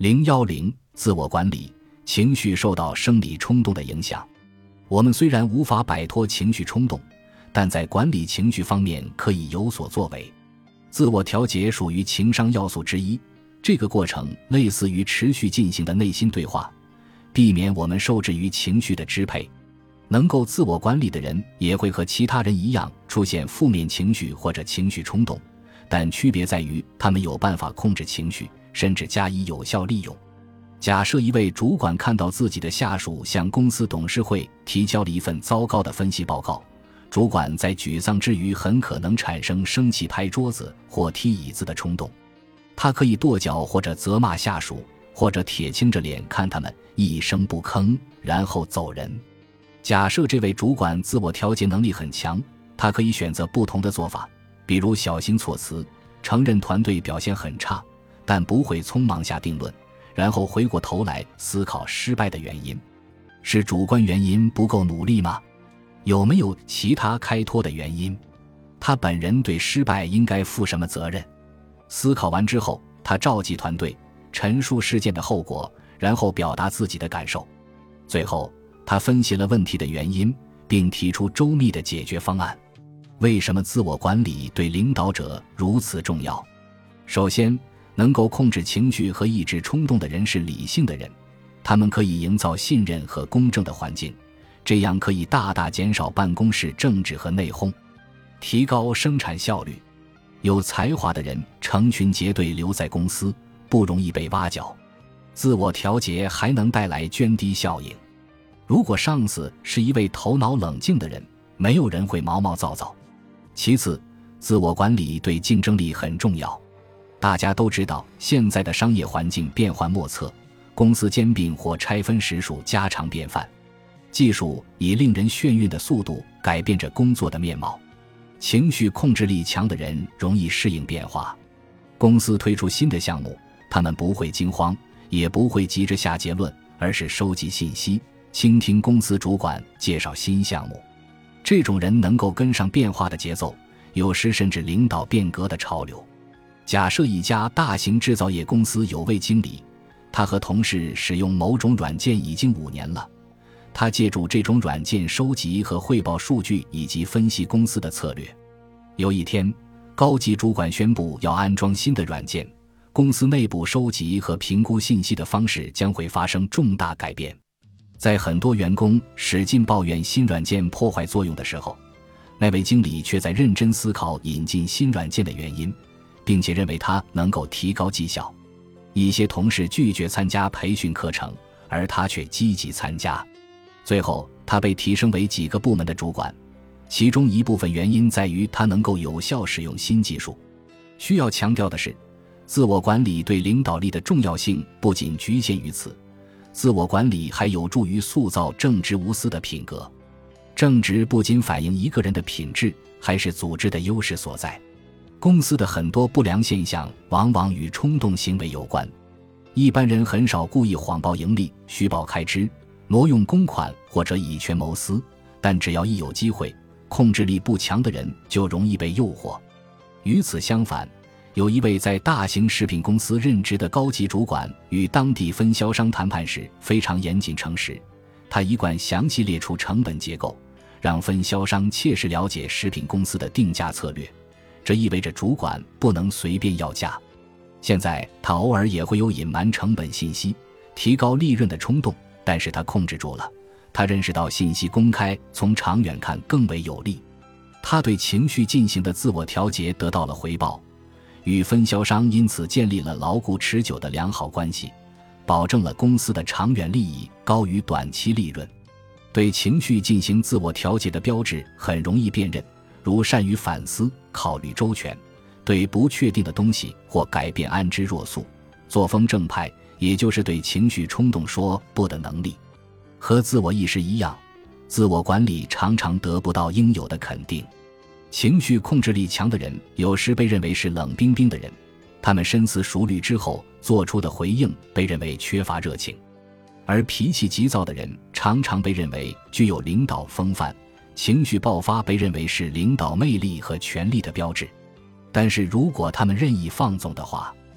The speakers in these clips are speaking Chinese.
010自我管理，情绪受到生理冲动的影响。我们虽然无法摆脱情绪冲动，但在管理情绪方面可以有所作为。自我调节属于情商要素之一，这个过程类似于持续进行的内心对话，避免我们受制于情绪的支配。能够自我管理的人也会和其他人一样出现负面情绪或者情绪冲动，但区别在于他们有办法控制情绪，甚至加以有效利用。假设一位主管看到自己的下属向公司董事会提交了一份糟糕的分析报告，主管在沮丧之余很可能产生生气拍桌子或踢椅子的冲动。他可以跺脚或者责骂下属，或者铁青着脸看他们一声不吭，然后走人。假设这位主管自我调节能力很强，他可以选择不同的做法，比如小心措辞，承认团队表现很差，但不会匆忙下定论，然后回过头来思考失败的原因。是主观原因不够努力吗？有没有其他开脱的原因？他本人对失败应该负什么责任？思考完之后，他召集团队，陈述事件的后果，然后表达自己的感受。最后他分析了问题的原因，并提出周密的解决方案。为什么自我管理对领导者如此重要？首先，能够控制情绪和抑制冲动的人是理性的人，他们可以营造信任和公正的环境，这样可以大大减少办公室政治和内讧，提高生产效率。有才华的人成群结队留在公司，不容易被挖角。自我调节还能带来涓滴效应。如果上司是一位头脑冷静的人，没有人会毛毛躁躁。其次，自我管理对竞争力很重要。大家都知道，现在的商业环境变幻莫测，公司兼并或拆分实属家常便饭。技术以令人眩晕的速度改变着工作的面貌。情绪控制力强的人容易适应变化。公司推出新的项目，他们不会惊慌，也不会急着下结论，而是收集信息，倾听公司主管介绍新项目。这种人能够跟上变化的节奏，有时甚至领导变革的潮流。假设一家大型制造业公司有位经理，他和同事使用某种软件已经5年了，他借助这种软件收集和汇报数据以及分析公司的策略。有一天，高级主管宣布要安装新的软件，公司内部收集和评估信息的方式将会发生重大改变。在很多员工使劲抱怨新软件破坏作用的时候，那位经理却在认真思考引进新软件的原因，并且认为它能够提高绩效。一些同事拒绝参加培训课程，而他却积极参加。最后，他被提升为几个部门的主管，其中一部分原因在于他能够有效使用新技术。需要强调的是，自我管理对领导力的重要性不仅局限于此，自我管理还有助于塑造正直无私的品格。正直不仅反映一个人的品质，还是组织的优势所在。公司的很多不良现象往往与冲动行为有关。一般人很少故意谎报盈利、虚报开支、挪用公款或者以权谋私，但只要一有机会，控制力不强的人就容易被诱惑。与此相反，有一位在大型食品公司任职的高级主管与当地分销商谈判时非常严谨诚实，他一贯详细列出成本结构，让分销商切实了解食品公司的定价策略，这意味着主管不能随便要价。现在他偶尔也会有隐瞒成本信息、提高利润的冲动，但是他控制住了。他认识到信息公开从长远看更为有利。他对情绪进行的自我调节得到了回报，与分销商因此建立了牢固持久的良好关系，保证了公司的长远利益高于短期利润。对情绪进行自我调节的标志很容易辨认，如善于反思、考虑周全，对不确定的东西或改变安之若素，作风正派，也就是对情绪冲动说不的能力。和自我意识一样，自我管理常常得不到应有的肯定。情绪控制力强的人有时被认为是冷冰冰的人，他们深思熟虑之后做出的回应被认为缺乏热情。而脾气急躁的人常常被认为具有领导风范，情绪爆发被认为是领导魅力和权力的标志。但是如果他们任意放纵的话，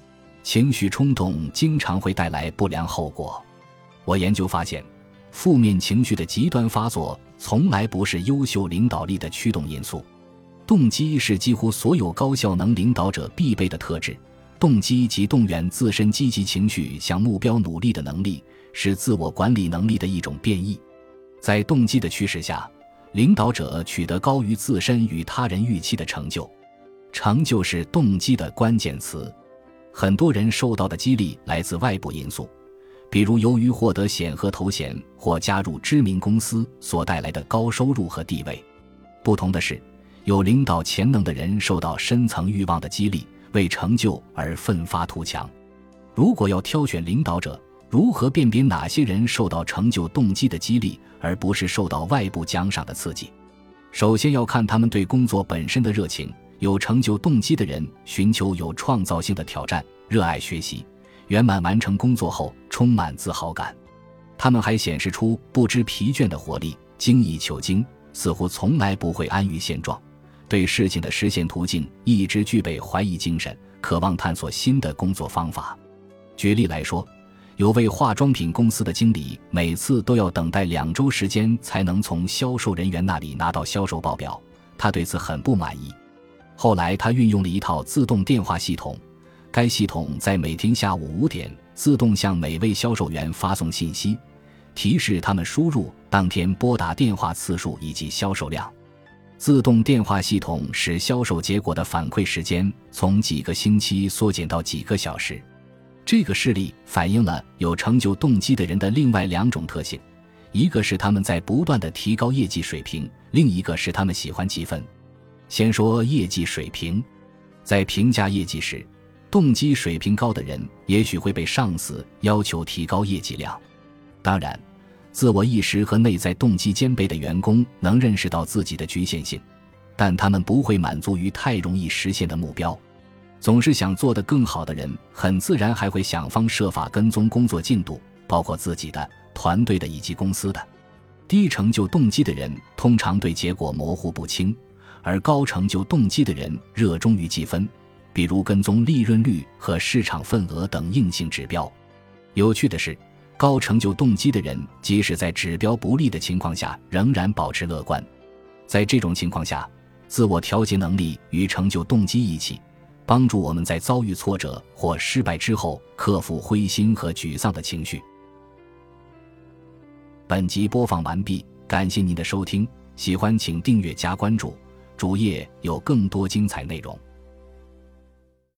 情绪冲动经常会带来不良后果。我研究发现，负面情绪的极端发作从来不是优秀领导力的驱动因素。动机是几乎所有高效能领导者必备的特质。动机及动员自身积极情绪向目标努力的能力，是自我管理能力的一种变异。在动机的驱使下，领导者取得高于自身与他人预期的成就。成就是动机的关键词。很多人受到的激励来自外部因素，比如由于获得显赫头衔或加入知名公司所带来的高收入和地位。不同的是，有领导潜能的人受到深层欲望的激励，为成就而奋发图强。如果要挑选领导者，如何辨别哪些人受到成就动机的激励，而不是受到外部奖赏的刺激？首先要看他们对工作本身的热情。有成就动机的人寻求有创造性的挑战，热爱学习，圆满完成工作后充满自豪感。他们还显示出不知疲倦的活力，精益求精，似乎从来不会安于现状，对事情的实现途径一直具备怀疑精神，渴望探索新的工作方法。举例来说，有位化妆品公司的经理每次都要等待2周时间才能从销售人员那里拿到销售报表，他对此很不满意。后来他运用了一套自动电话系统，该系统在每天下午5点自动向每位销售员发送信息，提示他们输入当天拨打电话次数以及销售量。自动电话系统使销售结果的反馈时间从几个星期缩减到几个小时。这个事例反映了有成就动机的人的另外2种特性，一个是他们在不断地提高业绩水平，另一个是他们喜欢积分。先说业绩水平，在评价业绩时，动机水平高的人也许会被上司要求提高业绩量。当然，自我意识和内在动机兼备的员工能认识到自己的局限性，但他们不会满足于太容易实现的目标。总是想做得更好的人，很自然还会想方设法跟踪工作进度，包括自己的、团队的以及公司的。低成就动机的人通常对结果模糊不清，而高成就动机的人热衷于积分，比如跟踪利润率和市场份额等硬性指标。有趣的是，高成就动机的人即使在指标不利的情况下仍然保持乐观。在这种情况下，自我调节能力与成就动机一起，帮助我们在遭遇挫折或失败之后克服灰心和沮丧的情绪。本集播放完毕，感谢您的收听，喜欢请订阅加关注，主页有更多精彩内容。